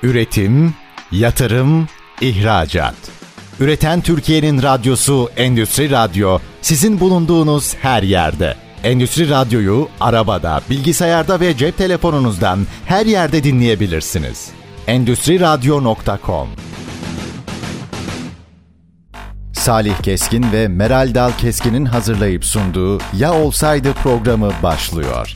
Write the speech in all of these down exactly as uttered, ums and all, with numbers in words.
Üretim, yatırım, ihracat. Üreten Türkiye'nin radyosu Endüstri Radyo, sizin bulunduğunuz her yerde. Endüstri Radyo'yu arabada, bilgisayarda ve cep telefonunuzdan her yerde dinleyebilirsiniz. endüstri radyo nokta com. Salih Keskin ve Meral Dal Keskin'in hazırlayıp sunduğu Ya Olsaydı programı başlıyor.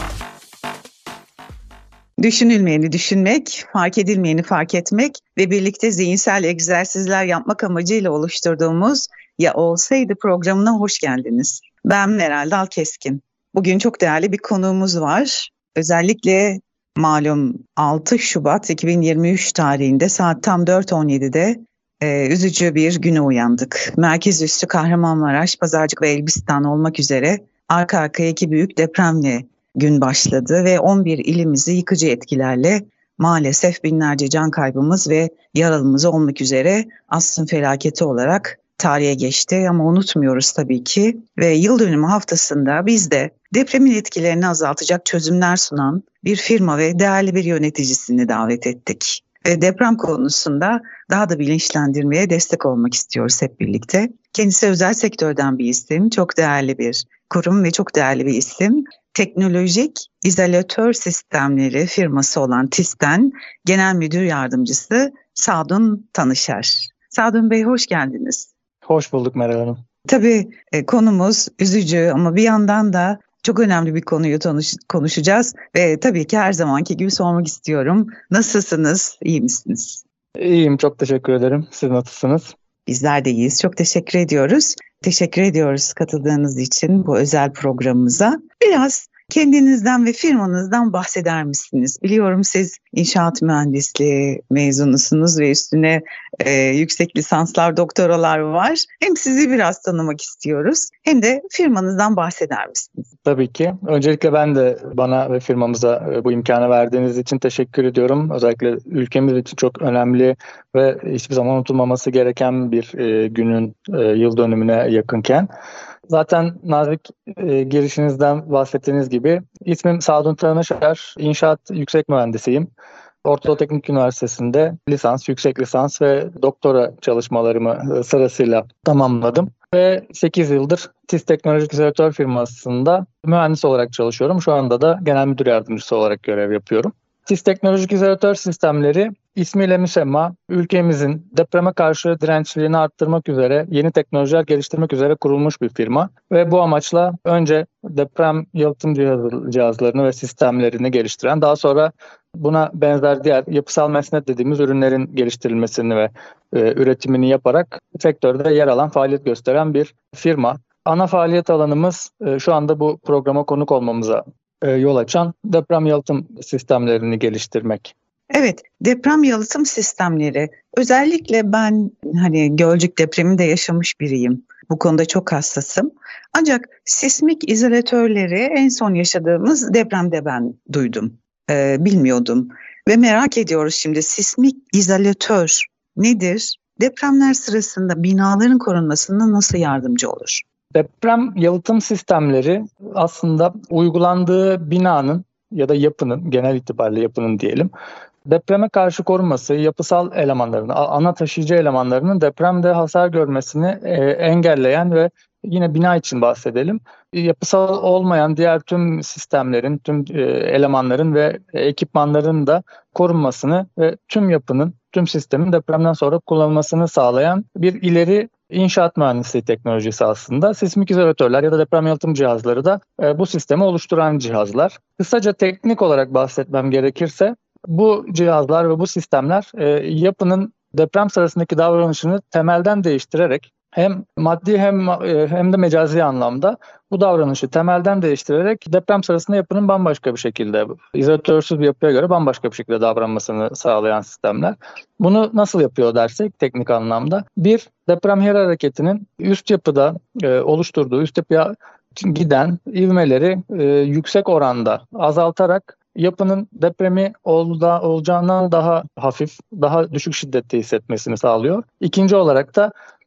Düşünülmeyeni düşünmek, fark edilmeyeni fark etmek ve birlikte zihinsel egzersizler yapmak amacıyla oluşturduğumuz Ya Olsaydı programına hoş geldiniz. Ben Meral Dal Keskin. Bugün çok değerli bir konuğumuz var. Özellikle malum altı Şubat iki bin yirmi üç tarihinde saat tam dört on yedide e, üzücü bir güne uyandık. Merkez üssü Kahramanmaraş, Pazarcık ve Elbistan olmak üzere arka arkaya iki büyük depremle gün başladı ve on bir ilimizi yıkıcı etkilerle maalesef binlerce can kaybımız ve yaralımız olmak üzere asrın felaketi olarak tarihe geçti. Ama unutmuyoruz tabii ki ve yıl dönümü haftasında biz de depremin etkilerini azaltacak çözümler sunan bir firma ve değerli bir yöneticisini davet ettik. Ve deprem konusunda daha da bilinçlendirmeye destek olmak istiyoruz hep birlikte. Kendisi özel sektörden bir isim, çok değerli bir kurum ve çok değerli bir isim. Teknolojik İzolatör Sistemleri firması olan TİS'ten Genel Müdür Yardımcısı Sadun Tanışer. Sadun Bey, hoş geldiniz. Hoş bulduk Meral Hanım. Tabii e, konumuz üzücü ama bir yandan da çok önemli bir konuyu konuş, konuşacağız. Ve tabii ki her zamanki gibi sormak istiyorum. Nasılsınız, iyi misiniz? İyiyim, çok teşekkür ederim. Siz nasılsınız? Bizler de iyiyiz, çok teşekkür ediyoruz. Teşekkür ediyoruz katıldığınız için bu özel programımıza. Biraz kendinizden ve firmanızdan bahseder misiniz? Biliyorum siz inşaat mühendisliği mezunusunuz ve üstüne e, yüksek lisanslar, doktoralar var. Hem sizi biraz tanımak istiyoruz hem de firmanızdan bahseder misiniz? Tabii ki. Öncelikle ben de bana ve firmamıza bu imkanı verdiğiniz için teşekkür ediyorum. Özellikle ülkemiz için çok önemli ve hiçbir zaman unutulmaması gereken bir e, günün e, yıl dönümüne yakınken. Zaten nazik e, girişinizden bahsettiğiniz gibi ismim Sadun Tanışer, inşaat yüksek mühendisiyim. Orta Doğu Teknik Üniversitesi'nde lisans, yüksek lisans ve doktora çalışmalarımı e, sırasıyla tamamladım. Ve sekiz yıldır TİS Teknolojik İzolatör firmasında mühendis olarak çalışıyorum. Şu anda da genel müdür yardımcısı olarak görev yapıyorum. TİS Teknolojik İzolatör Sistemleri ismiyle müsemma ülkemizin depreme karşı dirençliliğini arttırmak üzere yeni teknolojiler geliştirmek üzere kurulmuş bir firma. Ve bu amaçla önce deprem yalıtım cihazlarını ve sistemlerini geliştiren, daha sonra buna benzer diğer yapısal mesnet dediğimiz ürünlerin geliştirilmesini ve e, üretimini yaparak sektörde yer alan, faaliyet gösteren bir firma. Ana faaliyet alanımız e, şu anda bu programa konuk olmamıza e, yol açan deprem yalıtım sistemlerini geliştirmek. Evet, deprem yalıtım sistemleri. Özellikle ben hani Gölcük depremini de yaşamış biriyim. Bu konuda çok hassasım. Ancak sismik izolatörleri en son yaşadığımız depremde ben duydum. Ee, bilmiyordum. Ve merak ediyoruz şimdi, sismik izolatör nedir? Depremler sırasında binaların korunmasına nasıl yardımcı olur? Deprem yalıtım sistemleri aslında uygulandığı binanın ya da yapının, genel itibariyle yapının diyelim, depreme karşı korunması, yapısal elemanlarının, ana taşıyıcı elemanlarının depremde hasar görmesini e, engelleyen ve yine bina için bahsedelim, yapısal olmayan diğer tüm sistemlerin, tüm e, elemanların ve ekipmanların da korunmasını ve tüm yapının, tüm sistemin depremden sonra kullanılmasını sağlayan bir ileri inşaat mühendisliği teknolojisi aslında. Sismik izolatörler ya da deprem yalıtım cihazları da e, bu sistemi oluşturan cihazlar. Kısaca teknik olarak bahsetmem gerekirse, bu cihazlar ve bu sistemler e, yapının deprem sırasındaki davranışını temelden değiştirerek hem maddi hem e, hem de mecazi anlamda bu davranışı temelden değiştirerek deprem sırasında yapının bambaşka bir şekilde, izolatörsüz bir yapıya göre bambaşka bir şekilde davranmasını sağlayan sistemler. Bunu nasıl yapıyor dersek teknik anlamda, bir, deprem yer hareketinin üst yapıda e, oluşturduğu, üst yapıya giden ivmeleri e, yüksek oranda azaltarak yapının depremi olacağından daha hafif, daha düşük şiddette hissetmesini sağlıyor. İkinci olarak da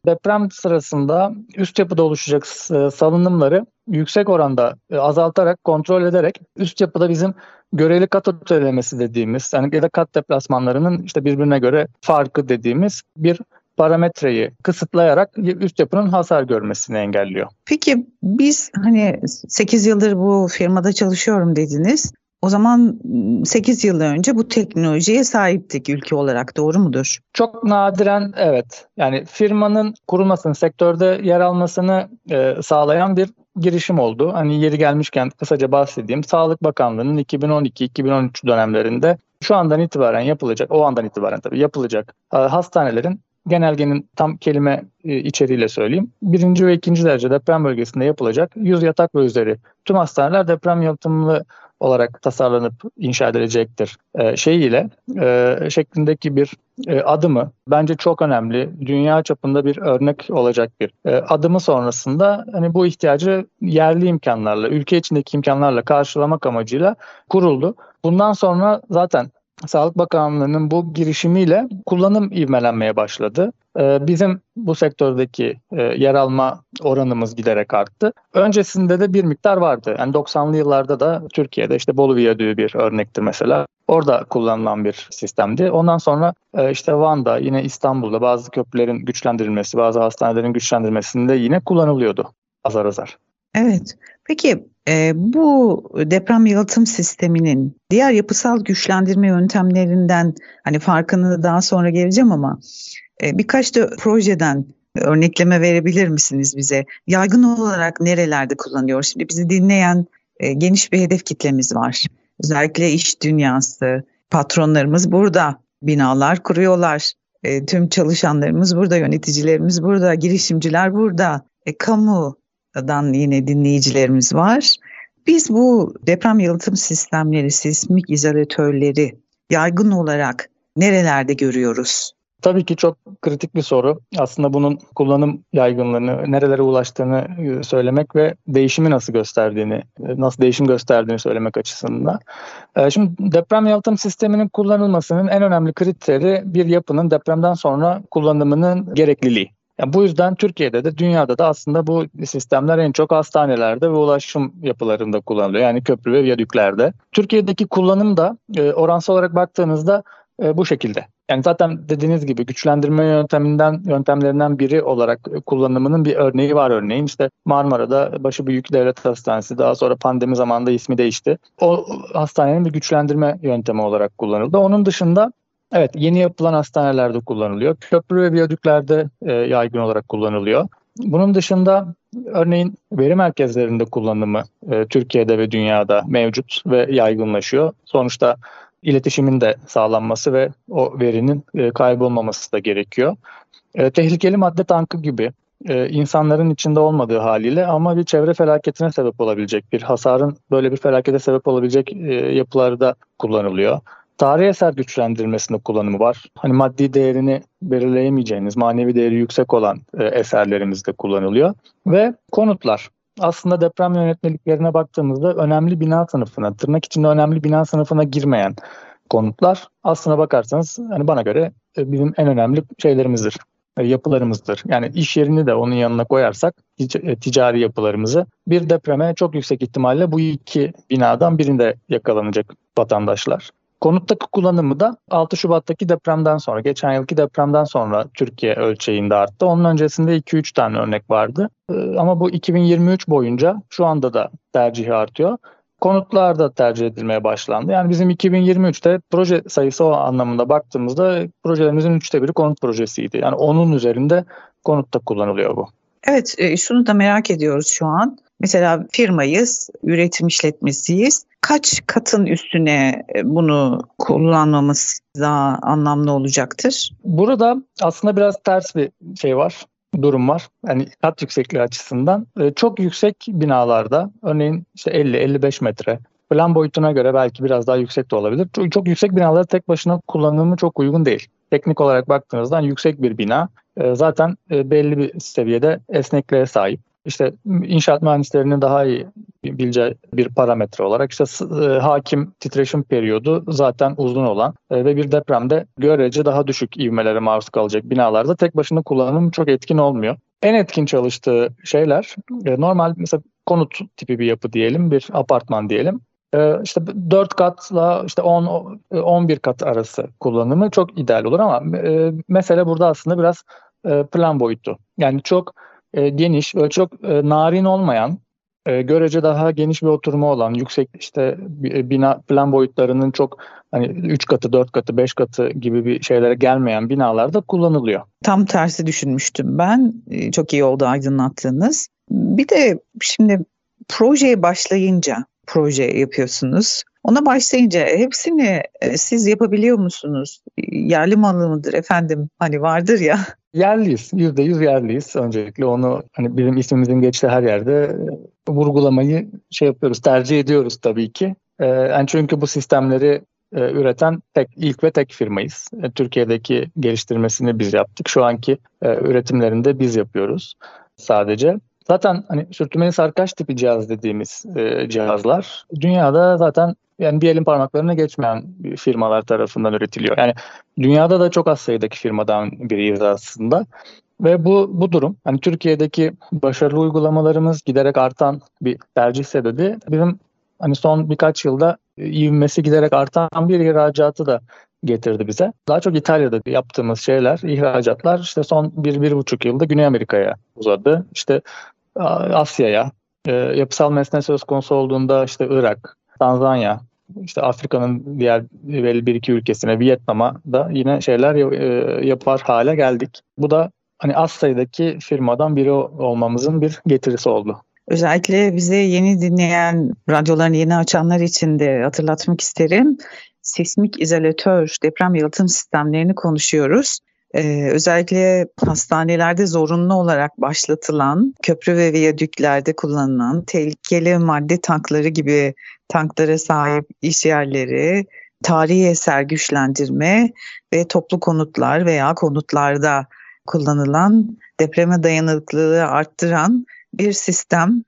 deprem sırasında üst yapıda oluşacak salınımları yüksek oranda azaltarak, kontrol ederek üst yapıda bizim göreli kat ötelemesi dediğimiz, yani ya da kat deplasmanlarının işte birbirine göre farkı dediğimiz bir parametreyi kısıtlayarak üst yapının hasar görmesini engelliyor. Peki biz hani sekiz yıldır bu firmada çalışıyorum dediniz. O zaman sekiz yıl önce bu teknolojiye sahiptik ülke olarak, doğru mudur? Çok nadiren evet. Yani firmanın kurulmasını, sektörde yer almasını e, sağlayan bir girişim oldu. Hani yeri gelmişken kısaca bahsedeyim. Sağlık Bakanlığı'nın iki bin on iki iki bin on üç dönemlerinde şu andan itibaren yapılacak, o andan itibaren tabii yapılacak e, hastanelerin, genelgenin tam kelime e, içeriğiyle söyleyeyim, birinci ve ikinci derece deprem bölgesinde yapılacak yüz yatak ve üzeri tüm hastaneler deprem yalıtımlı olarak tasarlanıp inşa edilecektir e, şeyiyle e, şeklindeki bir e, adımı bence çok önemli. Dünya çapında bir örnek olacak bir e, adımı sonrasında hani bu ihtiyacı yerli imkanlarla, ülke içindeki imkanlarla karşılamak amacıyla kuruldu. Bundan sonra zaten Sağlık Bakanlığı'nın bu girişimiyle kullanım ivmelenmeye başladı. Bizim bu sektördeki yer alma oranımız giderek arttı. Öncesinde de bir miktar vardı. Yani doksanlı yıllarda da Türkiye'de işte Bolu Viyadüğü bir örnektir mesela. Orada kullanılan bir sistemdi. Ondan sonra işte Van'da, yine İstanbul'da bazı köprülerin güçlendirilmesi, bazı hastanelerin güçlendirilmesinde yine kullanılıyordu azar azar. Evet. Peki e, bu deprem yalıtım sisteminin diğer yapısal güçlendirme yöntemlerinden hani farkını daha sonra geleceğim ama e, birkaç da projeden örnekleme verebilir misiniz bize? Yaygın olarak nerelerde kullanıyor? Şimdi bizi dinleyen e, geniş bir hedef kitlemiz var. Özellikle iş dünyası, patronlarımız burada, binalar kuruyorlar. E, tüm çalışanlarımız burada, yöneticilerimiz burada, girişimciler burada, e, kamu dan yine dinleyicilerimiz var. Biz bu deprem yalıtım sistemleri, sismik izolatörleri yaygın olarak nerelerde görüyoruz? Tabii ki çok kritik bir soru. Aslında bunun kullanım yaygınlığını, nerelere ulaştığını söylemek ve değişimi nasıl gösterdiğini, nasıl değişim gösterdiğini söylemek açısından. Şimdi deprem yalıtım sisteminin kullanılmasının en önemli kriteri bir yapının depremden sonra kullanımının gerekliliği. Yani bu yüzden Türkiye'de de dünyada da aslında bu sistemler en çok hastanelerde ve ulaşım yapılarında kullanılıyor. Yani köprü ve viyadüklerde. Türkiye'deki kullanım da e, oransal olarak baktığınızda e, bu şekilde. Yani zaten dediğiniz gibi güçlendirme yönteminden yöntemlerinden biri olarak kullanımının bir örneği var örneğin. İşte Marmara'da Başıbüyük Devlet Hastanesi, daha sonra pandemi zamanında ismi değişti. O hastanenin bir güçlendirme yöntemi olarak kullanıldı. Onun dışında evet, yeni yapılan hastanelerde kullanılıyor. Köprü ve viyadüklerde e, yaygın olarak kullanılıyor. Bunun dışında örneğin veri merkezlerinde kullanımı e, Türkiye'de ve dünyada mevcut ve yaygınlaşıyor. Sonuçta iletişimin de sağlanması ve o verinin e, kaybolmaması da gerekiyor. E, tehlikeli madde tankı gibi e, insanların içinde olmadığı haliyle ama bir çevre felaketine sebep olabilecek, bir hasarın böyle bir felakete sebep olabilecek e, yapılarda kullanılıyor. Tarihi eser güçlendirmesinde kullanımı var. Hani maddi değerini belirleyemeyeceğiniz, manevi değeri yüksek olan e, eserlerimizde kullanılıyor. Ve konutlar. Aslında deprem yönetmeliklerine baktığımızda önemli bina sınıfına, tırnak içinde önemli bina sınıfına girmeyen konutlar aslına bakarsanız hani bana göre e, bizim en önemli şeylerimizdir, e, yapılarımızdır. Yani iş yerini de onun yanına koyarsak tic- ticari yapılarımızı bir depreme çok yüksek ihtimalle bu iki binadan birinde yakalanacak vatandaşlar. Konuttaki kullanımı da altı Şubat'taki depremden sonra, geçen yılki depremden sonra Türkiye ölçeğinde arttı. Onun öncesinde iki üç tane örnek vardı. Ee, ama bu iki bin yirmi üç boyunca şu anda da tercihi artıyor. Konutlar da tercih edilmeye başlandı. Yani bizim iki bin yirmi üçte proje sayısı o anlamında baktığımızda projelerimizin üçte biri konut projesiydi. Yani onun üzerinde konutta kullanılıyor bu. Evet, şunu da merak ediyoruz şu an. Mesela firmayız, üretim işletmesiyiz. Kaç katın üstüne bunu kullanmamız daha anlamlı olacaktır? Burada aslında biraz ters bir şey var, durum var. Yani kat yüksekliği açısından çok yüksek binalarda, örneğin işte elli elli beş metre, plan boyutuna göre belki biraz daha yüksek de olabilir. Çok, çok yüksek binalarda tek başına kullanımı çok uygun değil. Teknik olarak baktığınızda yüksek bir bina zaten belli bir seviyede esnekliğe sahip. işte inşaat mühendislerinin daha iyi bileceği bir parametre olarak işte e, hakim titreşim periyodu zaten uzun olan e, ve bir depremde görece daha düşük ivmelere maruz kalacak binalarda tek başına kullanım çok etkin olmuyor. En etkin çalıştığı şeyler e, normal mesela konut tipi bir yapı diyelim, bir apartman diyelim. E, işte dört katla işte on on bir kat arası kullanımı çok ideal olur ama e, mesele burada aslında biraz e, plan boyutu. Yani çok e, geniş, böyle çok e, narin olmayan, e, görece daha geniş bir oturumu olan, yüksek işte bina plan boyutlarının çok hani üç katı, dört katı, beş katı gibi bir şeylere gelmeyen binalarda kullanılıyor. Tam tersi düşünmüştüm ben. Çok iyi oldu aydınlattığınız. Bir de şimdi projeye başlayınca, proje yapıyorsunuz. Ona başlayınca hepsini siz yapabiliyor musunuz? Yerli malı mıdır efendim? Hani vardır ya. Yerliyiz. yüzde yüz yerliyiz. Öncelikle onu hani bizim ismimizin geçtiği her yerde vurgulamayı şey yapıyoruz, tercih ediyoruz tabii ki. Yani çünkü bu sistemleri üreten tek ilk ve tek firmayız. Türkiye'deki geliştirmesini biz yaptık. Şu anki üretimlerini de biz yapıyoruz sadece. Zaten hani sürtünmeli sarkaç tipi cihaz dediğimiz e, cihazlar dünyada zaten yani bir elin parmaklarına geçmeyen firmalar tarafından üretiliyor. Yani dünyada da çok az sayıdaki firmadan biriyiz aslında. Ve bu bu durum hani Türkiye'deki başarılı uygulamalarımız giderek artan bir tercih sebebi bizim hani son birkaç yılda ivmesi giderek artan bir ihracatı da getirdi bize. Daha çok İtalya'da yaptığımız şeyler, ihracatlar işte son bir, bir buçuk yılda Güney Amerika'ya uzadı. İşte Asya'ya, e, yapısal mesne söz konusu olduğunda işte Irak, Tanzanya, işte Afrika'nın diğer belli bir iki ülkesine, Vietnam'a da yine şeyler e, yapar hale geldik. Bu da hani az sayıdaki firmadan biri olmamızın bir getirisi oldu. Özellikle bize yeni dinleyen, radyolarını yeni açanlar için de hatırlatmak isterim. Sismik izolatör deprem yalıtım sistemlerini konuşuyoruz. Ee, özellikle hastanelerde zorunlu olarak başlatılan, köprü ve viyadüklerde kullanılan tehlikeli madde tankları gibi tanklara sahip iş yerleri, tarihi eser güçlendirme ve toplu konutlar veya konutlarda kullanılan depreme dayanıklılığı arttıran bir sistem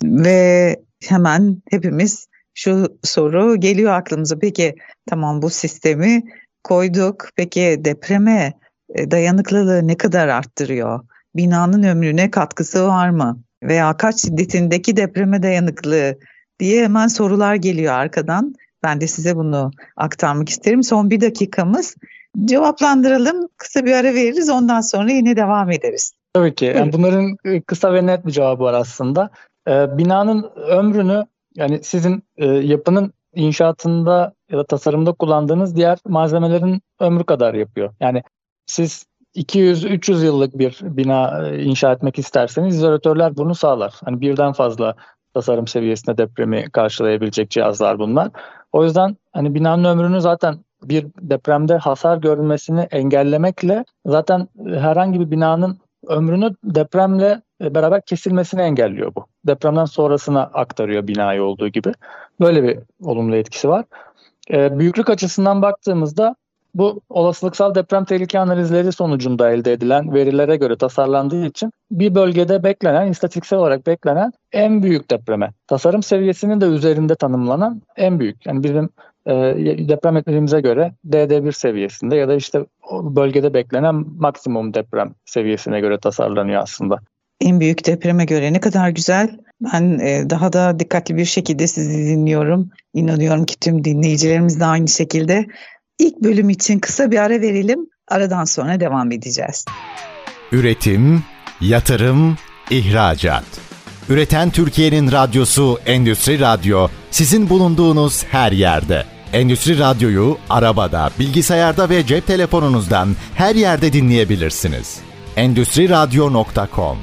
ve hemen hepimiz şu soru geliyor aklımıza. Peki tamam bu sistemi koyduk. Peki depreme dayanıklılığı ne kadar arttırıyor? Binanın ömrüne katkısı var mı? Veya kaç şiddetindeki depreme dayanıklı diye hemen sorular geliyor arkadan. Ben de size bunu aktarmak isterim. Son bir dakikamız. Cevaplandıralım. Kısa bir ara veririz. Ondan sonra yine devam ederiz. Tabii ki. Yani bunların kısa ve net bir cevabı var aslında. Ee, binanın ömrünü yani sizin e, yapının inşaatında ya da tasarımda kullandığınız diğer malzemelerin ömrü kadar yapıyor. Yani siz iki yüz üç yüz yıllık bir bina inşa etmek isterseniz izolatörler bunu sağlar. Hani birden fazla tasarım seviyesinde depremi karşılayabilecek cihazlar bunlar. O yüzden hani binanın ömrünü zaten bir depremde hasar görülmesini engellemekle zaten herhangi bir binanın ömrünü depremle beraber kesilmesini engelliyor bu. Depremden sonrasına aktarıyor binayı olduğu gibi. Böyle bir olumlu etkisi var. E, büyüklük açısından baktığımızda bu olasılıksal deprem tehlike analizleri sonucunda elde edilen verilere göre tasarlandığı için bir bölgede beklenen, istatistiksel olarak beklenen en büyük depreme, tasarım seviyesinin de üzerinde tanımlanan en büyük. Yani bizim e, deprem etkilerimize göre D D bir seviyesinde ya da işte o bölgede beklenen maksimum deprem seviyesine göre tasarlanıyor aslında. En büyük depreme göre ne kadar güzel. Ben e, daha da dikkatli bir şekilde sizi dinliyorum. İnanıyorum ki tüm dinleyicilerimiz de aynı şekilde. İlk bölüm için kısa bir ara verelim. Aradan sonra devam edeceğiz. Üretim, yatırım, ihracat. Üreten Türkiye'nin radyosu Endüstri Radyo, sizin bulunduğunuz her yerde. Endüstri Radyo'yu arabada, bilgisayarda ve cep telefonunuzdan her yerde dinleyebilirsiniz. endüstri radyo nokta com.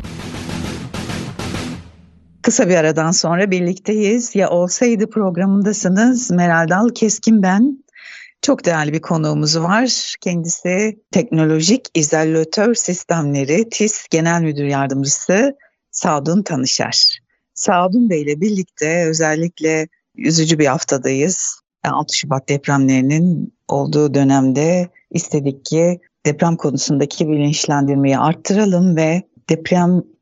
Kısa bir aradan sonra birlikteyiz. Ya olsaydı programındasınız. Meral Dal Keskin ben. Çok değerli bir konuğumuz var. Kendisi Teknolojik İzolatör Sistemleri T İ S Genel Müdür Yardımcısı Sadun Tanışer. Sadun Bey ile birlikte özellikle üzücü bir haftadayız. altı Şubat depremlerinin olduğu dönemde istedik ki deprem konusundaki bilinçlendirmeyi arttıralım ve deprem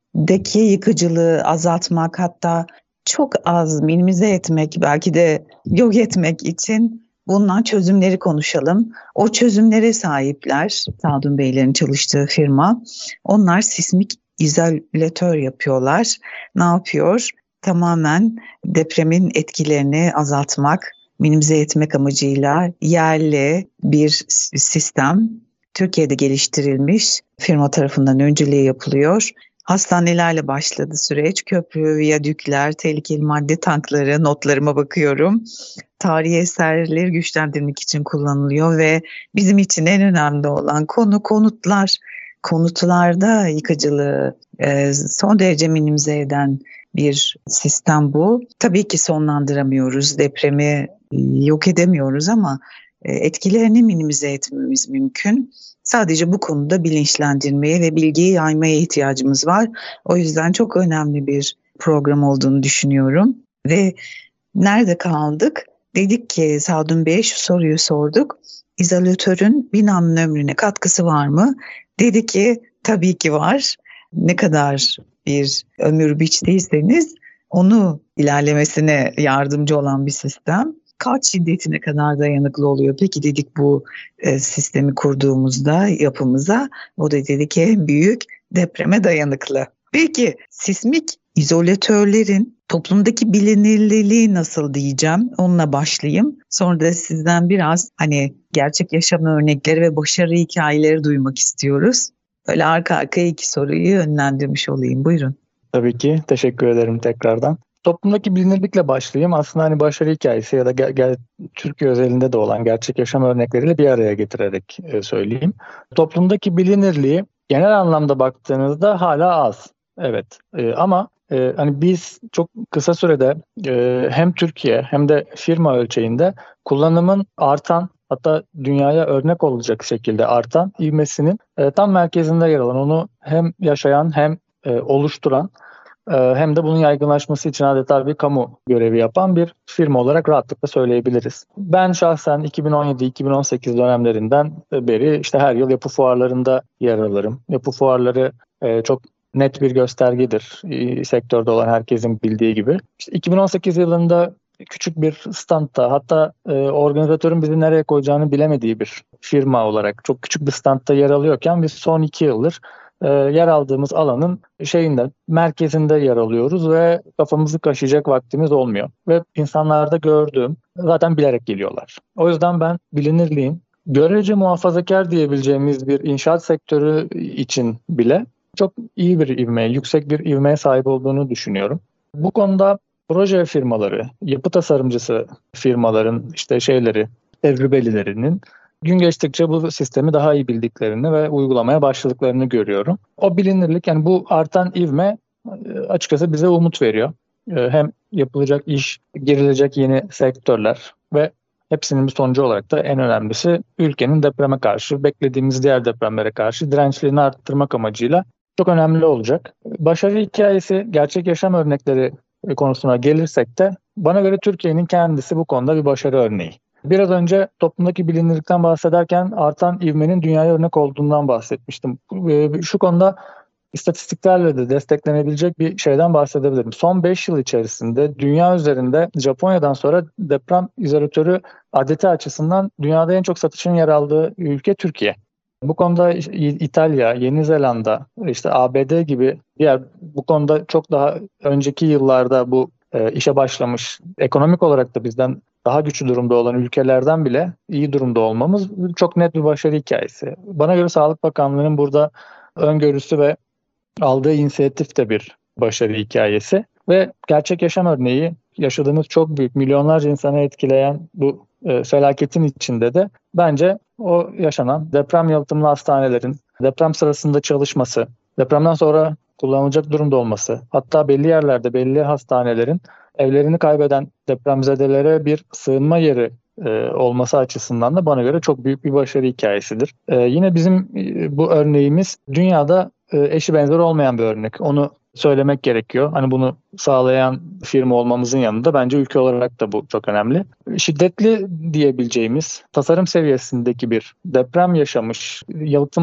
depremdeki yıkıcılığı azaltmak, hatta çok az minimize etmek, belki de yok etmek için bulunan çözümleri konuşalım. O çözümlere sahipler Sadun Beylerin çalıştığı firma. Onlar sismik izolatör yapıyorlar. Ne yapıyor? Tamamen depremin etkilerini azaltmak, minimize etmek amacıyla yerli bir sistem Türkiye'de geliştirilmiş, firma tarafından önceliği yapılıyor. Hastanelerle başladı süreç. Köprü, viyadükler, tehlikeli madde tankları, notlarıma bakıyorum. Tarihi eserleri güçlendirmek için kullanılıyor ve bizim için en önemli olan konu konutlar. Konutlarda yıkıcılığı e, son derece minimize eden bir sistem bu. Tabii ki sonlandıramıyoruz, depremi yok edemiyoruz ama etkilerini minimize etmemiz mümkün. Sadece bu konuda bilinçlendirmeye ve bilgiyi yaymaya ihtiyacımız var. O yüzden çok önemli bir program olduğunu düşünüyorum. Ve nerede kaldık? Dedik ki Sadun Bey'e şu soruyu sorduk. İzolatörün binanın ömrüne katkısı var mı? Dedi ki tabii ki var. Ne kadar bir ömür biçtiyseniz onu ilerlemesine yardımcı olan bir sistem. Kaç şiddetine kadar dayanıklı oluyor? Peki dedik bu e, sistemi kurduğumuzda yapımıza. O da dedi ki en büyük depreme dayanıklı. Peki sismik izolatörlerin toplumdaki bilinirliliği nasıl diyeceğim? Onunla başlayayım. Sonra da sizden biraz hani gerçek yaşam örnekleri ve başarı hikayeleri duymak istiyoruz. Böyle arka arkaya iki soruyu yönlendirmiş olayım. Buyurun. Tabii ki. Teşekkür ederim tekrardan. Toplumdaki bilinirlikle başlayayım. Aslında hani başarı hikayesi ya da gel, gel, Türkiye özelinde de olan gerçek yaşam örnekleriyle bir araya getirerek e, söyleyeyim. Toplumdaki bilinirliği genel anlamda baktığınızda hala az. Evet. E, ama e, hani biz çok kısa sürede e, hem Türkiye hem de firma ölçeğinde kullanımın artan, hatta dünyaya örnek olacak şekilde artan ivmesinin e, tam merkezinde yer alan, onu hem yaşayan hem e, oluşturan hem de bunun yaygınlaşması için adeta bir kamu görevi yapan bir firma olarak rahatlıkla söyleyebiliriz. Ben şahsen iki bin on yedi iki bin on sekiz dönemlerinden beri işte her yıl yapı fuarlarında yer alırım. Yapı fuarları çok net bir göstergedir. Sektörde olan herkesin bildiği gibi. İşte iki bin on sekiz yılında küçük bir standta, hatta organizatörün bizi nereye koyacağını bilemediği bir firma olarak çok küçük bir standta yer alıyorken biz son iki yıldır yer aldığımız alanın şeyinde, merkezinde yer alıyoruz ve kafamızı kaşıyacak vaktimiz olmuyor. Ve insanlarda gördüğüm zaten bilerek geliyorlar. O yüzden ben bilinirliğin görece muhafazakar diyebileceğimiz bir inşaat sektörü için bile çok iyi bir ivmeye, yüksek bir ivmeye sahip olduğunu düşünüyorum. Bu konuda proje firmaları, yapı tasarımcısı firmaların işte şeyleri, tecrübelilerinin gün geçtikçe bu sistemi daha iyi bildiklerini ve uygulamaya başladıklarını görüyorum. O bilinirlik, yani bu artan ivme açıkçası bize umut veriyor. Hem yapılacak iş, girilecek yeni sektörler ve hepsinin bir sonucu olarak da en önemlisi ülkenin depreme karşı, beklediğimiz diğer depremlere karşı dirençliğini arttırmak amacıyla çok önemli olacak. Başarı hikayesi, gerçek yaşam örnekleri konusuna gelirsek de bana göre Türkiye'nin kendisi bu konuda bir başarı örneği. Biraz önce toplumdaki bilinirlikten bahsederken artan ivmenin dünyaya örnek olduğundan bahsetmiştim. Şu konuda istatistiklerle de desteklenebilecek bir şeyden bahsedebilirim. Son beş yıl içerisinde dünya üzerinde Japonya'dan sonra deprem izolatörü adeti açısından dünyada en çok satışın yer aldığı ülke Türkiye. Bu konuda İtalya, Yeni Zelanda, işte A B D gibi diğer bu konuda çok daha önceki yıllarda bu e, işe başlamış, ekonomik olarak da bizden daha güçlü durumda olan ülkelerden bile iyi durumda olmamız çok net bir başarı hikayesi. Bana göre Sağlık Bakanlığı'nın burada öngörüsü ve aldığı inisiyatif de bir başarı hikayesi ve gerçek yaşam örneği, yaşadığımız çok büyük, milyonlarca insanı etkileyen bu e, felaketin içinde de bence o yaşanan deprem yalıtımlı hastanelerin deprem sırasında çalışması, depremden sonra kullanılacak durumda olması, hatta belli yerlerde belli hastanelerin evlerini kaybeden depremzedelere bir sığınma yeri e, olması açısından da bana göre çok büyük bir başarı hikayesidir. E, yine bizim e, bu örneğimiz dünyada e, eşi benzeri olmayan bir örnek. Onu söylemek gerekiyor. Hani bunu sağlayan firma olmamızın yanında bence ülke olarak da bu çok önemli. Şiddetli diyebileceğimiz tasarım seviyesindeki bir deprem yaşamış, yalıtımlı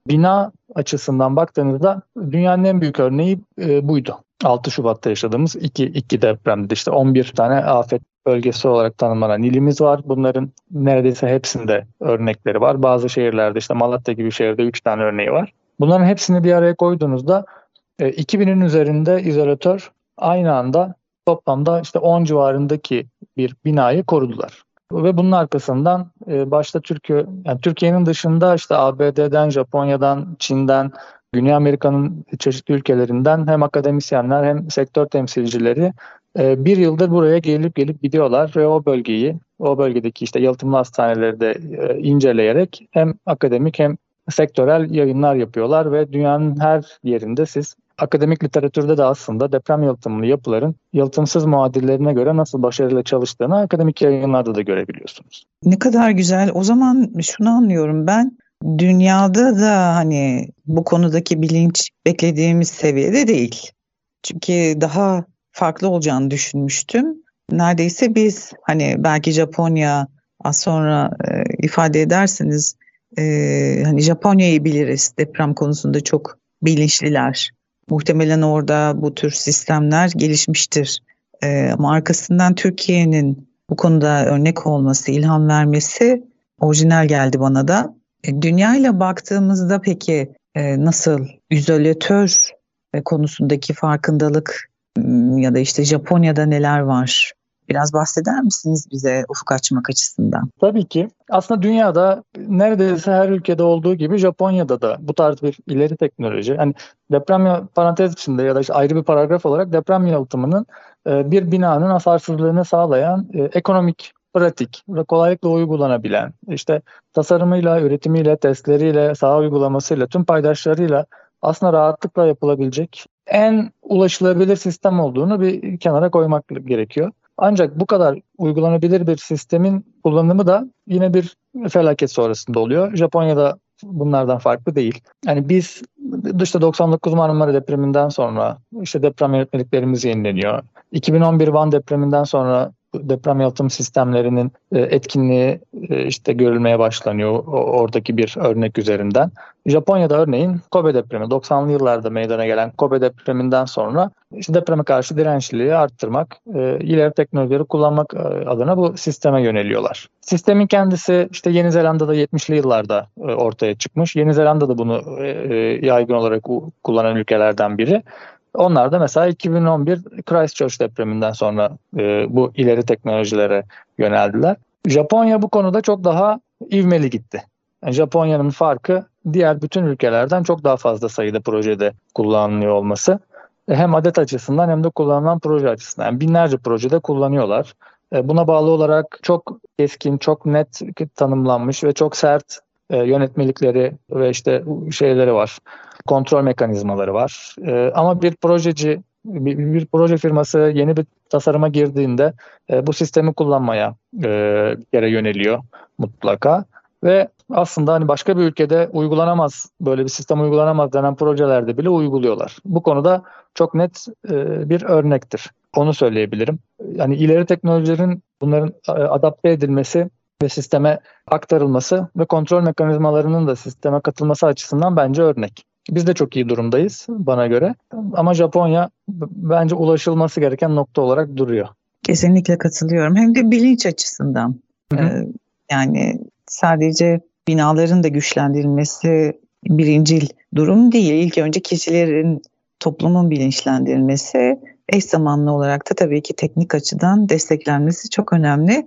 bina açısından baktığınızda dünyanın en büyük örneği e, buydu. altı Şubat'ta yaşadığımız iki, iki depremde işte on bir tane afet bölgesi olarak tanımlanan ilimiz var. Bunların neredeyse hepsinde örnekleri var. Bazı şehirlerde işte Malatya gibi şehirde üç tane örneği var. Bunların hepsini bir araya koyduğunuzda e, iki binin üzerinde izolatör aynı anda toplamda işte on civarındaki bir binayı korudular. Ve bunun arkasından e, başta Türkiye, yani Türkiye'nin dışında işte A B D'den, Japonya'dan, Çin'den, Güney Amerika'nın çeşitli ülkelerinden hem akademisyenler hem sektör temsilcileri e, bir yıldır buraya gelip gelip gidiyorlar ve o bölgeyi, o bölgedeki işte yalıtımlı hastaneleri de e, inceleyerek hem akademik hem sektörel yayınlar yapıyorlar ve dünyanın her yerinde siz akademik literatürde de aslında deprem yalıtımlı yapıların yalıtımsız muadillerine göre nasıl başarıyla çalıştığını akademik yayınlarda da görebiliyorsunuz. Ne kadar güzel. O zaman şunu anlıyorum ben. Dünyada da hani bu konudaki bilinç beklediğimiz seviyede değil. Çünkü daha farklı olacağını düşünmüştüm. Neredeyse biz hani belki Japonya az sonra e, ifade edersiniz e, hani Japonya'yı biliriz deprem konusunda çok bilinçliler. Muhtemelen orada bu tür sistemler gelişmiştir. E, ama arkasından Türkiye'nin bu konuda örnek olması, ilham vermesi orijinal geldi bana da. E, dünya ile baktığımızda peki e, nasıl izolatör e, konusundaki farkındalık m, ya da işte Japonya'da neler var? Biraz bahseder misiniz bize ufuk açmak açısından? Tabii ki. Aslında dünyada neredeyse her ülkede olduğu gibi Japonya'da da bu tarz bir ileri teknoloji. Hani deprem parantez içinde ya da işte ayrı bir paragraf olarak deprem yalıtımının e, bir binanın hasarsızlığını sağlayan e, ekonomik, pratik ve kolaylıkla uygulanabilen, işte tasarımıyla, üretimiyle, testleriyle, saha uygulamasıyla, tüm paydaşlarıyla aslında rahatlıkla yapılabilecek en ulaşılabilir sistem olduğunu bir kenara koymak gerekiyor. Ancak bu kadar uygulanabilir bir sistemin kullanımı da yine bir felaket sonrasında oluyor. Japonya'da bunlardan farklı değil. Yani biz işte doksan dokuz Marmara depreminden sonra işte deprem yönetmeliklerimiz yenileniyor. iki bin on bir Van depreminden sonra deprem yalıtım sistemlerinin etkinliği işte görülmeye başlanıyor oradaki bir örnek üzerinden. Japonya'da örneğin Kobe depremi, doksanlı yıllarda meydana gelen Kobe depreminden sonra işte depreme karşı dirençliliği arttırmak, ileri teknolojileri kullanmak adına bu sisteme yöneliyorlar. Sistemin kendisi işte Yeni Zelanda'da yetmişli yıllarda ortaya çıkmış. Yeni Zelanda da bunu yaygın olarak kullanan ülkelerden biri. Onlar da mesela iki bin on bir Christchurch depreminden sonra e, bu ileri teknolojilere yöneldiler. Japonya bu konuda çok daha ivmeli gitti. Yani Japonya'nın farkı diğer bütün ülkelerden çok daha fazla sayıda projede kullanılıyor olması. E, hem adet açısından hem de kullanılan proje açısından. Yani binlerce projede kullanıyorlar. E, buna bağlı olarak çok keskin, çok net tanımlanmış ve çok sert e, yönetmelikleri ve işte şeyleri var. Kontrol mekanizmaları var. Ee, ama bir projeci, bir, bir proje firması yeni bir tasarıma girdiğinde e, bu sistemi kullanmaya e, bir kere yöneliyor mutlaka. Ve aslında hani başka bir ülkede uygulanamaz, böyle bir sistem uygulanamaz denen projelerde bile uyguluyorlar. Bu konuda çok net e, bir örnektir. Onu söyleyebilirim. Yani ileri teknolojilerin bunların adapte edilmesi ve sisteme aktarılması ve kontrol mekanizmalarının da sisteme katılması açısından bence örnek. Biz de çok iyi durumdayız bana göre ama Japonya bence ulaşılması gereken nokta olarak duruyor. Kesinlikle katılıyorum. Hem de bilinç açısından. Hı hı. Ee, yani sadece binaların da güçlendirilmesi birincil durum değil. İlk önce kişilerin, toplumun bilinçlendirilmesi, eş zamanlı olarak da tabii ki teknik açıdan desteklenmesi çok önemli.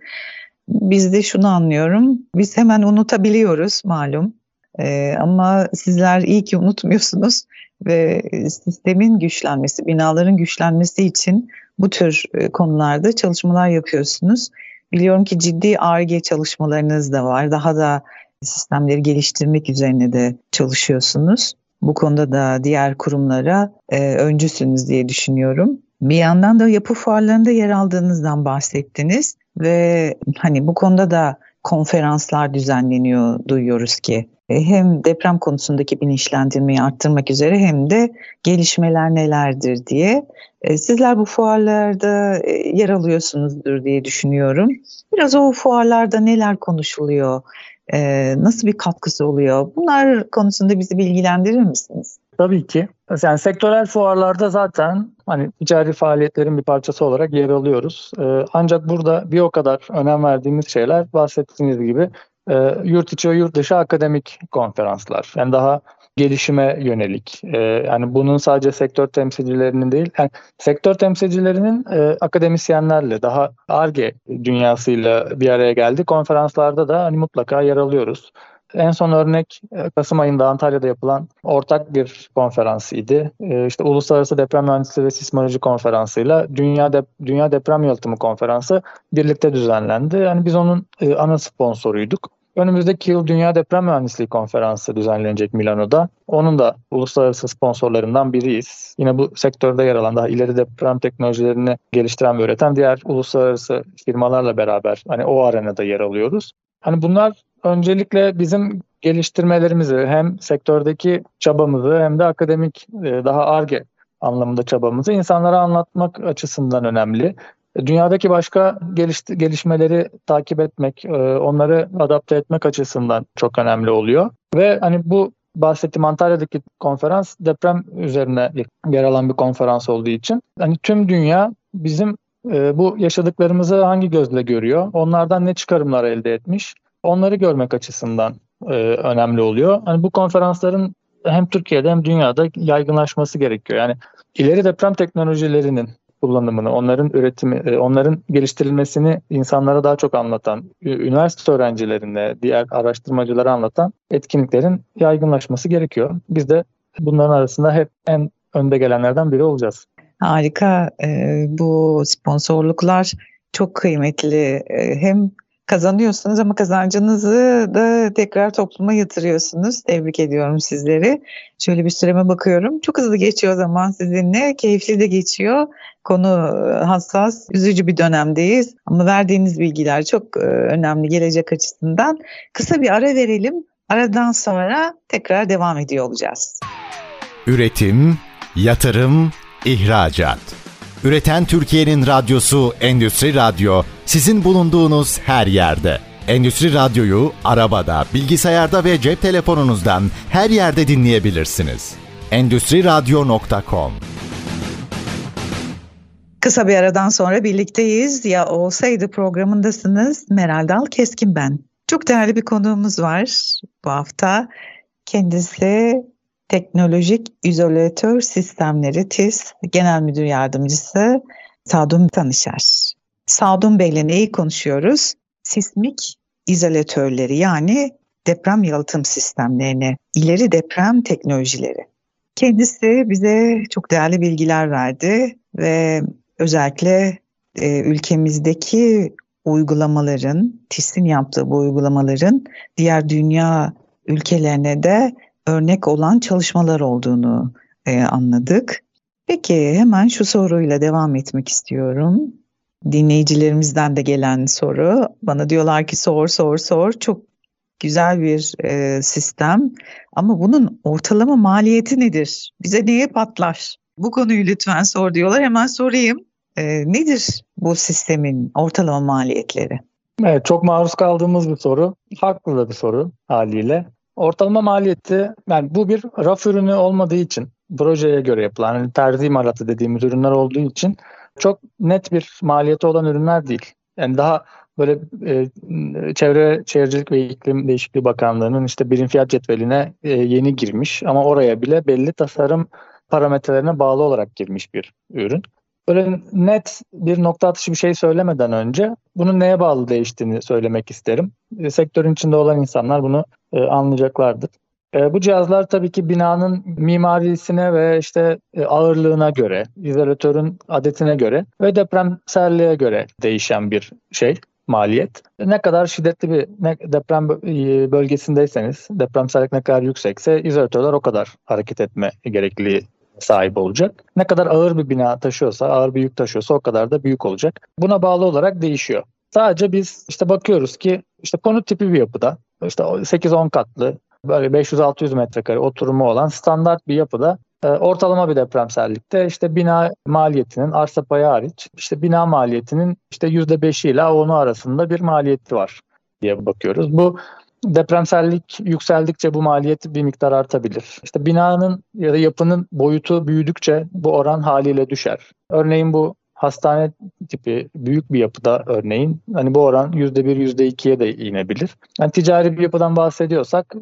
Biz de şunu anlıyorum, biz hemen unutabiliyoruz malum. Ee, ama sizler iyi ki unutmuyorsunuz ve sistemin güçlenmesi, binaların güçlenmesi için bu tür konularda çalışmalar yapıyorsunuz. Biliyorum ki ciddi Ar-Ge çalışmalarınız da var. Daha da sistemleri geliştirmek üzerine de çalışıyorsunuz. Bu konuda da diğer kurumlara e, öncüsünüz diye düşünüyorum. Bir yandan da yapı fuarlarında yer aldığınızdan bahsettiniz ve hani bu konuda da konferanslar düzenleniyor duyuyoruz ki. Hem deprem konusundaki bilinçlendirmeyi arttırmak üzere hem de gelişmeler nelerdir diye. Sizler bu fuarlarda yer alıyorsunuzdur diye düşünüyorum. Biraz o fuarlarda neler konuşuluyor? e, nasıl bir katkısı oluyor? Bunlar konusunda bizi bilgilendirir misiniz? Tabii ki. Yani sektörel fuarlarda zaten hani ticari faaliyetlerin bir parçası olarak yer alıyoruz. Ee, ancak burada bir o kadar önem verdiğimiz şeyler bahsettiğiniz gibi e, yurt içi ve yurt dışı akademik konferanslar. Yani daha gelişime yönelik. E, yani bunun sadece sektör temsilcilerinin değil, yani sektör temsilcilerinin e, akademisyenlerle daha Ar-Ge dünyasıyla bir araya geldi. Konferanslarda da hani mutlaka yer alıyoruz. En son örnek Kasım ayında Antalya'da yapılan ortak bir konferansıydı. Ee, işte Uluslararası Deprem Mühendisliği ve Sismoloji Konferansı'yla Dünya, Dep- Dünya Deprem Yalıtımı Konferansı birlikte düzenlendi. Yani biz onun e, ana sponsoruyduk. Önümüzdeki yıl Dünya Deprem Mühendisliği Konferansı düzenlenecek Milano'da. Onun da uluslararası sponsorlarından biriyiz. Yine bu sektörde yer alan daha ileri deprem teknolojilerini geliştiren ve üreten diğer uluslararası firmalarla beraber hani o arenada yer alıyoruz. Hani bunlar öncelikle bizim geliştirmelerimizi hem sektördeki çabamızı hem de akademik daha Ar-Ge anlamında çabamızı insanlara anlatmak açısından önemli. Dünyadaki başka geliş, gelişmeleri takip etmek, onları adapte etmek açısından çok önemli oluyor. Ve hani bu bahsettiğim Antalya'daki konferans deprem üzerine yer alan bir konferans olduğu için hani tüm dünya bizim bu yaşadıklarımızı hangi gözle görüyor, onlardan ne çıkarımlar elde etmiş, onları görmek açısından e, önemli oluyor. Hani bu konferansların hem Türkiye'de hem dünyada yaygınlaşması gerekiyor. Yani ileri deprem teknolojilerinin kullanımını, onların üretimi, e, onların geliştirilmesini insanlara daha çok anlatan, üniversite öğrencilerine, diğer araştırmacılara anlatan etkinliklerin yaygınlaşması gerekiyor. Biz de bunların arasında hep en önde gelenlerden biri olacağız. Harika. Ee, bu sponsorluklar çok kıymetli. Ee, hem kazanıyorsunuz ama kazancınızı da tekrar topluma yatırıyorsunuz. Tebrik ediyorum sizleri. Şöyle bir süreme bakıyorum. Çok hızlı geçiyor zaman sizinle. Keyifli de geçiyor. Konu hassas, üzücü bir dönemdeyiz. Ama verdiğiniz bilgiler çok önemli gelecek açısından. Kısa bir ara verelim. Aradan sonra tekrar devam ediyor olacağız. Üretim, yatırım, ihracat. Üreten Türkiye'nin radyosu Endüstri Radyo, sizin bulunduğunuz her yerde. Endüstri Radyo'yu arabada, bilgisayarda ve cep telefonunuzdan her yerde dinleyebilirsiniz. endüstri radyo nokta com. Kısa bir aradan sonra birlikteyiz. Ya olsaydı programındasınız. Meral Dal Keskin ben. Çok değerli bir konuğumuz var bu hafta. Kendisi Teknolojik İzolatör Sistemleri T İ S Genel Müdür Yardımcısı Sadun Tanışer. Sadun Bey'le neyi konuşuyoruz? Sismik izolatörleri, yani deprem yalıtım sistemlerini, ileri deprem teknolojileri. Kendisi bize çok değerli bilgiler verdi ve özellikle e, ülkemizdeki uygulamaların, T İ S'in yaptığı bu uygulamaların diğer dünya ülkelerine de örnek olan çalışmalar olduğunu e, anladık. Peki hemen şu soruyla devam etmek istiyorum. Dinleyicilerimizden de gelen soru. Bana diyorlar ki sor sor sor. Çok güzel bir e, sistem. Ama bunun ortalama maliyeti nedir? Bize neye patlar? Bu konuyu lütfen sor diyorlar. Hemen sorayım. E, nedir bu sistemin ortalama maliyetleri? Evet, çok maruz kaldığımız bir soru. Haklı da bir soru haliyle. Ortalama maliyeti, yani bu bir raf ürünü olmadığı için, projeye göre yapılan, yani terzi imalatı dediğimiz ürünler olduğu için çok net bir maliyeti olan ürünler değil. Yani daha böyle e, Çevre Şehircilik ve İklim Değişikliği Bakanlığı'nın işte birim fiyat cetveline e, yeni girmiş ama oraya bile belli tasarım parametrelerine bağlı olarak girmiş bir ürün. Böyle net bir nokta atışı bir şey söylemeden önce bunun neye bağlı değiştiğini söylemek isterim. E, sektörün içinde olan insanlar bunu e, anlayacaklardır. E, bu cihazlar tabii ki binanın mimarisine ve işte e, ağırlığına göre, izolatörün adetine göre ve depremselliğe göre değişen bir şey, maliyet. Ne kadar şiddetli bir ne, deprem bölgesindeyseniz, depremsellik ne kadar yüksekse izolatörler o kadar hareket etme gerekliliği sahip olacak. Ne kadar ağır bir bina taşıyorsa, ağır bir yük taşıyorsa o kadar da büyük olacak. Buna bağlı olarak değişiyor. Sadece biz işte bakıyoruz ki işte konut tipi bir yapıda, işte sekiz on katlı, böyle beş yüz altı yüz metrekare oturumu olan standart bir yapıda e, ortalama bir depremsellikte işte bina maliyetinin arsa payı hariç işte bina maliyetinin işte yüzde beşi ile onu arasında bir maliyeti var diye bakıyoruz. Bu Depremsellik yükseldikçe bu maliyet bir miktar artabilir. İşte binanın ya da yapının boyutu büyüdükçe bu oran haliyle düşer. Örneğin bu hastane tipi büyük bir yapıda örneğin hani bu oran yüzde bir, yüzde ikiye de inebilir. Yani ticari bir yapıdan bahsediyorsak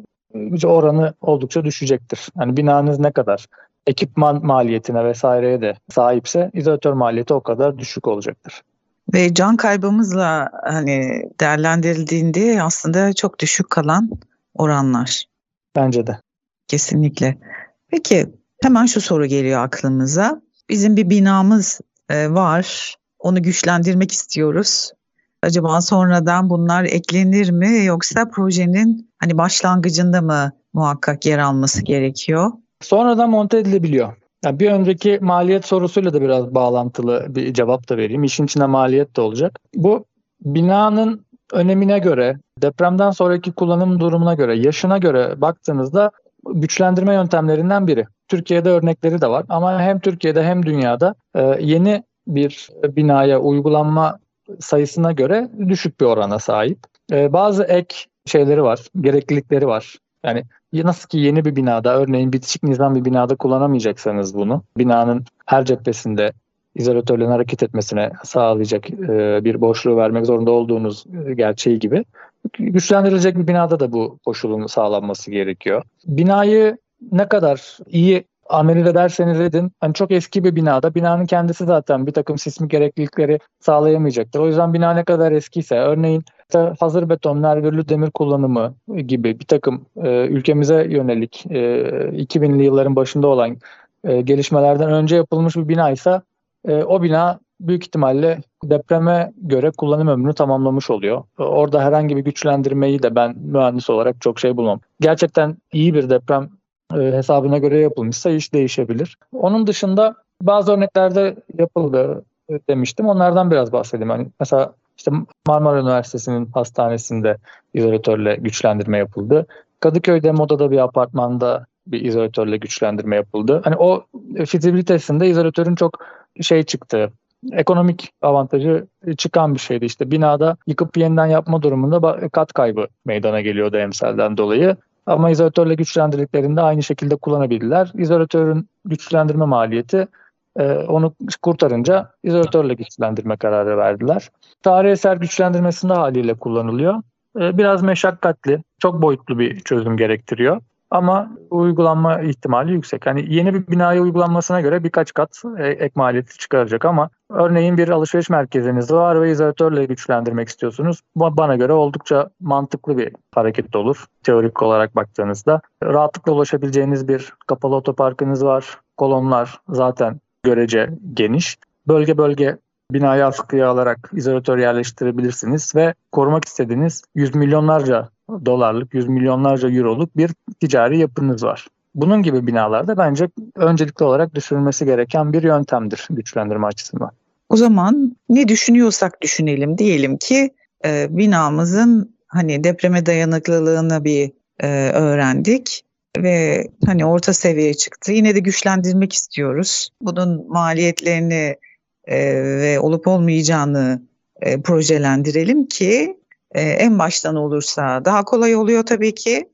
oranı oldukça düşecektir. Yani binanız ne kadar ekipman maliyetine vesaireye de sahipse izolatör maliyeti o kadar düşük olacaktır. Ve can kaybımızla hani değerlendirildiğinde aslında çok düşük kalan oranlar. Bence de. Kesinlikle. Peki hemen şu soru geliyor aklımıza. Bizim bir binamız e, var. Onu güçlendirmek istiyoruz. Acaba sonradan bunlar eklenir mi yoksa projenin hani başlangıcında mı muhakkak yer alması gerekiyor? Sonradan monte edilebiliyor. Yani bir önceki maliyet sorusuyla da biraz bağlantılı bir cevap da vereyim. İşin içinde maliyet de olacak. Bu binanın önemine göre, depremden sonraki kullanım durumuna göre, yaşına göre baktığınızda güçlendirme yöntemlerinden biri. Türkiye'de örnekleri de var ama hem Türkiye'de hem dünyada yeni bir binaya uygulanma sayısına göre düşük bir orana sahip. Bazı ek şeyleri var, gereklilikleri var. Yani nasıl ki yeni bir binada, örneğin bitişik nizam bir binada kullanamayacaksanız bunu, binanın her cephesinde izolatörlerin hareket etmesine sağlayacak bir boşluğu vermek zorunda olduğunuz gerçeği gibi, güçlendirilecek bir binada da bu koşulun sağlanması gerekiyor. Binayı ne kadar iyi amel ederseniz edin, hani çok eski bir binada binanın kendisi zaten bir takım sismik gereklilikleri sağlayamayacaktır. O yüzden bina ne kadar eskiyse, örneğin işte hazır beton, nervürlü demir kullanımı gibi bir takım e, ülkemize yönelik e, iki binli yılların başında olan e, gelişmelerden önce yapılmış bir binaysa e, o bina büyük ihtimalle depreme göre kullanım ömrünü tamamlamış oluyor. Orada herhangi bir güçlendirmeyi de ben mühendis olarak çok şey bulmam. Gerçekten iyi bir deprem hesabına göre yapılmışsa iş değişebilir. Onun dışında bazı örneklerde yapıldı demiştim. Onlardan biraz bahsedeyim. Hani mesela işte Marmara Üniversitesi'nin hastanesinde izolatörle güçlendirme yapıldı. Kadıköy'de Moda'da bir apartmanda bir izolatörle güçlendirme yapıldı. Hani o fizibilitesinde izolatörün çok şey çıktığı, ekonomik avantajı çıkan bir şeydi. İşte binada yıkıp yeniden yapma durumunda kat kaybı meydana geliyordu emsalden dolayı. Ama izolatörle güçlendirdiklerinde aynı şekilde kullanabildiler. İzolatörün güçlendirme maliyeti e, onu kurtarınca izolatörle güçlendirme kararı verdiler. Tarih eser güçlendirmesinde haliyle kullanılıyor. E, biraz meşakkatli, çok boyutlu bir çözüm gerektiriyor. Ama uygulanma ihtimali yüksek. Yani yeni bir binaya uygulanmasına göre birkaç kat ek maliyeti çıkaracak ama örneğin bir alışveriş merkeziniz var ve izolatörle güçlendirmek istiyorsunuz. Bu bana göre oldukça mantıklı bir hareket olur. Teorik olarak baktığınızda rahatlıkla ulaşabileceğiniz bir kapalı otoparkınız var. Kolonlar zaten görece geniş. Bölge bölge binayı askıya alarak izolatör yerleştirebilirsiniz ve korumak istediğiniz yüz milyonlarca dolarlık, yüz milyonlarca euroluk bir ticari yapınız var. Bunun gibi binalarda bence öncelikli olarak düşünülmesi gereken bir yöntemdir güçlendirme açısından. O zaman ne düşünüyorsak düşünelim, diyelim ki e, binamızın hani depreme dayanıklılığını bir e, öğrendik ve hani orta seviyeye çıktı. Yine de güçlendirmek istiyoruz. Bunun maliyetlerini e, ve olup olmayacağını e, projelendirelim ki e, en baştan olursa daha kolay oluyor tabii ki.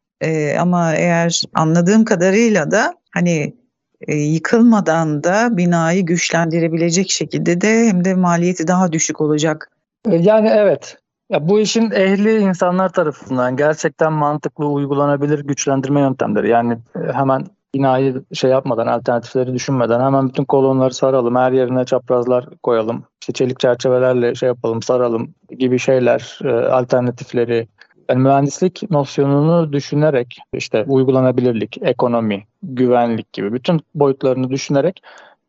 E, ama eğer anladığım kadarıyla da hani e, yıkılmadan da binayı güçlendirebilecek şekilde de hem de maliyeti daha düşük olacak. Yani evet. Ya bu işin ehli insanlar tarafından gerçekten mantıklı uygulanabilir güçlendirme yöntemleri. Yani hemen binayı şey yapmadan, alternatifleri düşünmeden hemen bütün kolonları saralım, her yerine çaprazlar koyalım, işte çelik çerçevelerle şey yapalım, saralım gibi şeyler, alternatifleri. Yani mühendislik nosyonunu düşünerek işte uygulanabilirlik, ekonomi, güvenlik gibi bütün boyutlarını düşünerek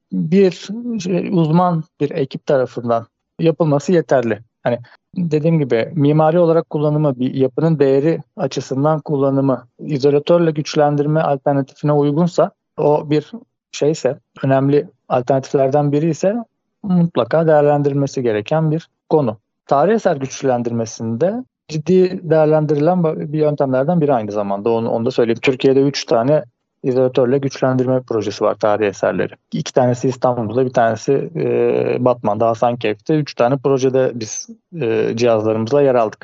bir şey, uzman bir ekip tarafından yapılması yeterli. Hani dediğim gibi mimari olarak kullanımı, bir yapının değeri açısından kullanımı, izolatörle güçlendirme alternatifine uygunsa, o bir şeyse, önemli alternatiflerden biri ise mutlaka değerlendirilmesi gereken bir konu. Tarih eser güçlendirmesinde ciddi değerlendirilen bir yöntemlerden biri aynı zamanda. Onu, onu da söyleyeyim. Türkiye'de üç tane izolatörle güçlendirme projesi var, tarih eserleri. İki tanesi İstanbul'da, bir tanesi e, Batman'da, Hasankeyf'te. Üç tane projede biz e, cihazlarımızla yer aldık.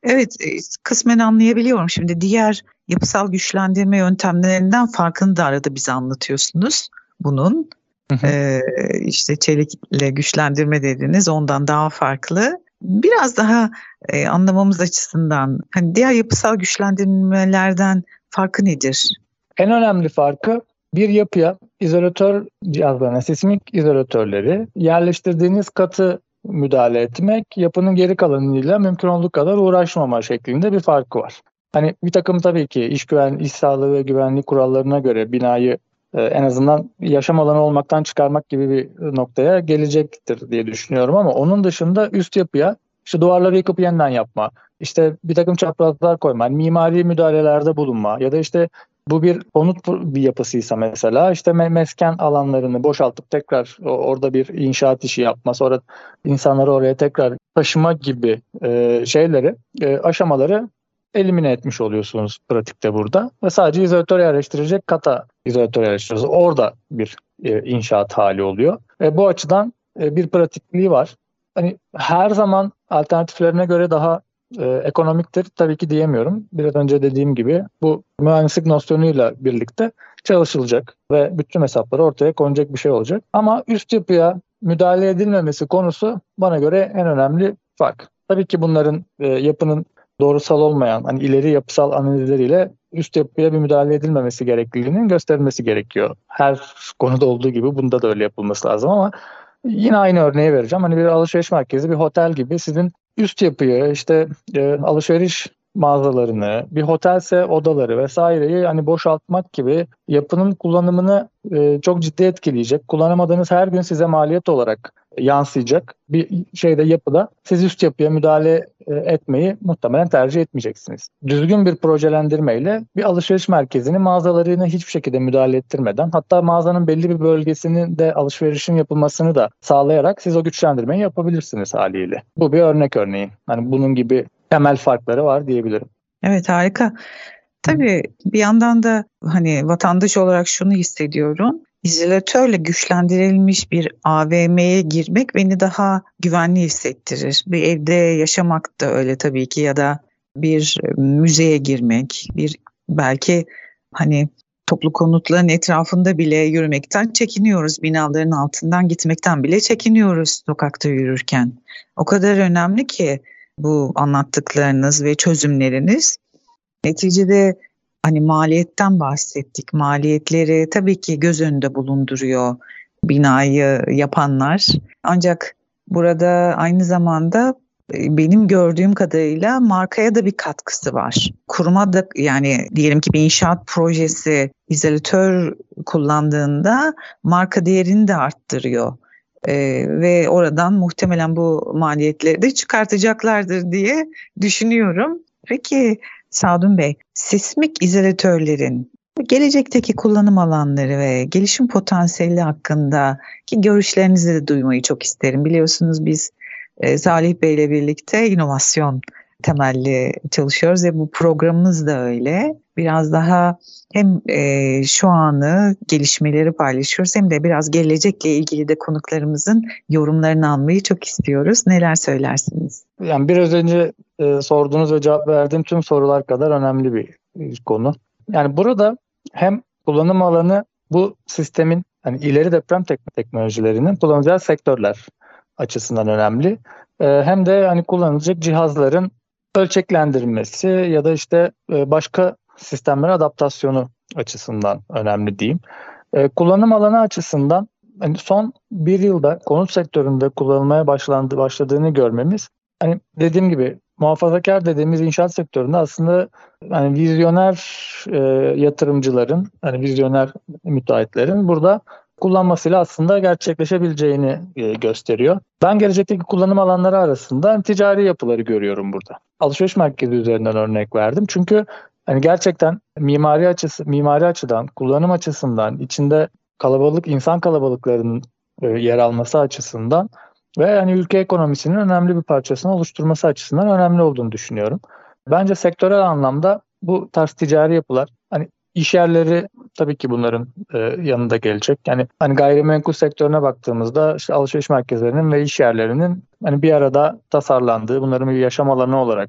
Evet, kısmen anlayabiliyorum. Şimdi diğer yapısal güçlendirme yöntemlerinden farkını da arada bize anlatıyorsunuz bunun. Hı hı. Ee, işte çelikle güçlendirme dediniz, ondan daha farklı. Biraz daha e, anlamamız açısından hani diğer yapısal güçlendirmelerden farkı nedir? En önemli farkı bir yapıya izolatör cihazlarına, sismik izolatörleri yerleştirdiğiniz katı müdahale etmek, yapının geri kalanıyla mümkün olduğu kadar uğraşmama şeklinde bir farkı var. Hani bir takım tabii ki iş güven, iş sağlığı ve güvenlik kurallarına göre binayı e, en azından yaşam alanı olmaktan çıkarmak gibi bir noktaya gelecektir diye düşünüyorum ama onun dışında üst yapıya işte duvarları yıkıp yeniden yapma, işte bir takım çaprazlar koyma, yani mimari müdahalelerde bulunma ya da işte bu bir konut bir yapısıysa mesela işte mesken alanlarını boşaltıp tekrar orada bir inşaat işi yapma, sonra insanları oraya tekrar taşıma gibi e, şeyleri, e, aşamaları elimine etmiş oluyorsunuz pratikte burada. Ve sadece izolatör yerleştirecek kata izolatör yerleştiriyorsunuz. Orada bir e, inşaat hali oluyor. E, bu açıdan e, bir pratikliği var. Hani her zaman alternatiflerine göre daha e, ekonomiktir tabii ki diyemiyorum. Biraz önce dediğim gibi bu mühendislik nosyonuyla birlikte çalışılacak ve bütün hesapları ortaya konacak bir şey olacak. Ama üst yapıya müdahale edilmemesi konusu bana göre en önemli fark. Tabii ki bunların e, yapının doğrusal olmayan, hani ileri yapısal analizleriyle üst yapıya bir müdahale edilmemesi gerekliliğinin gösterilmesi gerekiyor. Her konuda olduğu gibi bunda da öyle yapılması lazım ama yine aynı örneği vereceğim. Hani bir alışveriş merkezi, bir otel gibi sizin üst yapıyı, işte e, alışveriş mağazalarını, bir otelse odaları vesaireyi hani boşaltmak gibi yapının kullanımını e, çok ciddi etkileyecek. Kullanamadığınız her gün size maliyet olarak yansıyacak bir şeyde, yapıda siz üst yapıya müdahale e, etmeyi muhtemelen tercih etmeyeceksiniz. Düzgün bir projelendirmeyle bir alışveriş merkezini mağazalarına hiçbir şekilde müdahale ettirmeden, hatta mağazanın belli bir bölgesinin de alışverişin yapılmasını da sağlayarak siz o güçlendirmeyi yapabilirsiniz haliyle. Bu bir örnek örneğin. Hani bunun gibi temel farkları var diyebilirim. Evet, harika. Tabii bir yandan da hani vatandaş olarak şunu hissediyorum. İzolatörle güçlendirilmiş bir A V M'ye girmek beni daha güvenli hissettirir. Bir evde yaşamak da öyle tabii ki, ya da bir müzeye girmek, bir belki hani toplu konutların etrafında bile yürümekten çekiniyoruz. Binaların altından gitmekten bile çekiniyoruz sokakta yürürken. O kadar önemli ki bu anlattıklarınız ve çözümleriniz. Neticede hani maliyetten bahsettik. Maliyetleri tabii ki göz önünde bulunduruyor binayı yapanlar. Ancak burada aynı zamanda benim gördüğüm kadarıyla markaya da bir katkısı var. Kuruma da, yani diyelim ki bir inşaat projesi izolatör kullandığında marka değerini de arttırıyor. Ee, ve oradan muhtemelen bu maliyetleri de çıkartacaklardır diye düşünüyorum. Peki Sadun Bey, sismik izolatörlerin gelecekteki kullanım alanları ve gelişim potansiyeli hakkındaki görüşlerinizi de duymayı çok isterim. Biliyorsunuz biz e, Salih Bey ile birlikte inovasyon temelli çalışıyoruz ve bu programımız da öyle. Biraz daha hem e, şu anı, gelişmeleri paylaşıyoruz hem de biraz gelecekle ilgili de konuklarımızın yorumlarını almayı çok istiyoruz. Neler söylersiniz? Yani biraz önce e, sorduğunuz ve cevap verdiğim tüm sorular kadar önemli bir, bir konu. Yani burada hem kullanım alanı bu sistemin hani ileri deprem tek- teknolojilerinin kullanılacağı sektörler açısından önemli. E, hem de hani kullanılacak cihazların ölçeklendirilmesi ya da işte e, başka sistemlere adaptasyonu açısından önemli diyeyim. E, kullanım alanı açısından hani son bir yılda konut sektöründe kullanılmaya başlandı, başladığını görmemiz, hani dediğim gibi muhafazakar dediğimiz inşaat sektöründe aslında hani vizyoner e, yatırımcıların, hani vizyoner müteahhitlerin burada kullanmasıyla aslında gerçekleşebileceğini e, gösteriyor. Ben gelecekteki kullanım alanları arasında ticari yapıları görüyorum burada. Alışveriş merkezi üzerinden örnek verdim. Çünkü hani gerçekten mimari açısı, mimari açıdan, kullanım açısından, içinde kalabalık insan kalabalıklarının e, yer alması açısından ve yani ülke ekonomisinin önemli bir parçasını oluşturması açısından önemli olduğunu düşünüyorum. Bence sektörel anlamda bu tarz ticari yapılar, hani iş yerleri tabii ki bunların e, yanında gelecek. Yani hani gayrimenkul sektörüne baktığımızda işte alışveriş merkezlerinin ve iş yerlerinin hani bir arada tasarlandığı, bunların bir yaşam alanı olarak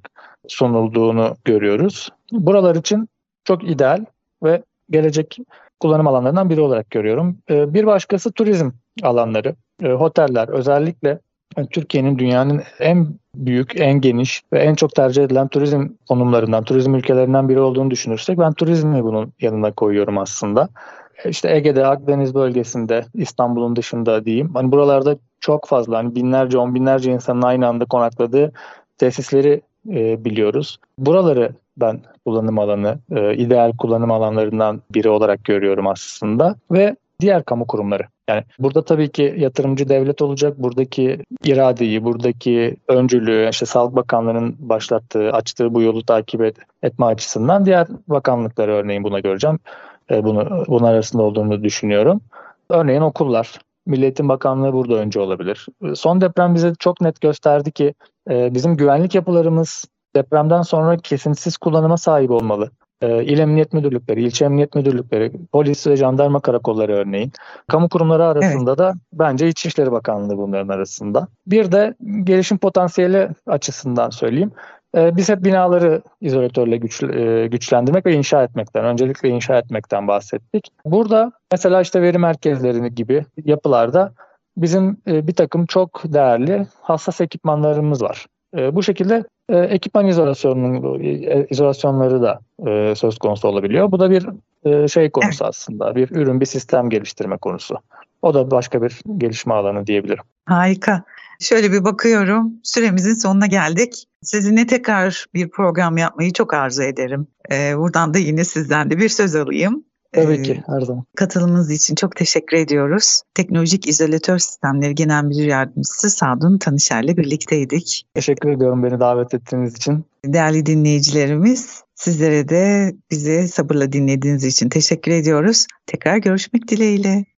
sunulduğunu görüyoruz. Buralar için çok ideal ve gelecek kullanım alanlarından biri olarak görüyorum. Bir başkası turizm alanları, oteller. Özellikle Türkiye'nin dünyanın en büyük, en geniş ve en çok tercih edilen turizm konumlarından, turizm ülkelerinden biri olduğunu düşünürsek ben turizmi bunun yanına koyuyorum aslında. İşte Ege'de, Akdeniz bölgesinde, İstanbul'un dışında diyeyim. Hani buralarda çok fazla, hani binlerce, on binlerce insanın aynı anda konakladığı tesisleri e, biliyoruz. Buraları ben kullanım alanı, e, ideal kullanım alanlarından biri olarak görüyorum aslında. Ve diğer kamu kurumları. Yani burada tabii ki yatırımcı devlet olacak. Buradaki iradeyi, buradaki öncülüğü, işte Sağlık Bakanlığı'nın başlattığı, açtığı bu yolu takip et, etme açısından diğer bakanlıkları örneğin buna göreceğim. E, bunu bunun arasında olduğunu düşünüyorum. Örneğin okullar. Milli Eğitim Bakanlığı burada önce olabilir. Son deprem bize çok net gösterdi ki e, bizim güvenlik yapılarımız depremden sonra kesintisiz kullanıma sahip olmalı. E, İl Emniyet Müdürlükleri, ilçe emniyet müdürlükleri, polis ve jandarma karakolları örneğin. Kamu kurumları arasında evet. da bence İçişleri Bakanlığı bunların arasında. Bir de gelişim potansiyeli açısından söyleyeyim. E, biz hep binaları izolatörle güç, e, güçlendirmek ve inşa etmekten, öncelikle inşa etmekten bahsettik. Burada mesela işte veri merkezleri gibi yapılarda bizim e, bir takım çok değerli hassas ekipmanlarımız var. E, bu şekilde e, ekipman izolasyonunun e, izolasyonları da e, söz konusu olabiliyor. Bu da bir e, şey konusu aslında. Bir ürün, bir sistem geliştirme konusu. O da başka bir gelişme alanı diyebilirim. Harika. Şöyle bir bakıyorum. Süremizin sonuna geldik. Sizinle tekrar bir program yapmayı çok arzu ederim. E, buradan da yine sizden de bir söz alayım. Tabii ki, her zaman. Katılımınız için çok teşekkür ediyoruz. Teknolojik İzolatör Sistemleri Genel Müdür Yardımcısı Sadun Tanışer'le birlikteydik. Teşekkür ediyorum beni davet ettiğiniz için. Değerli dinleyicilerimiz, sizlere de bizi sabırla dinlediğiniz için teşekkür ediyoruz. Tekrar görüşmek dileğiyle.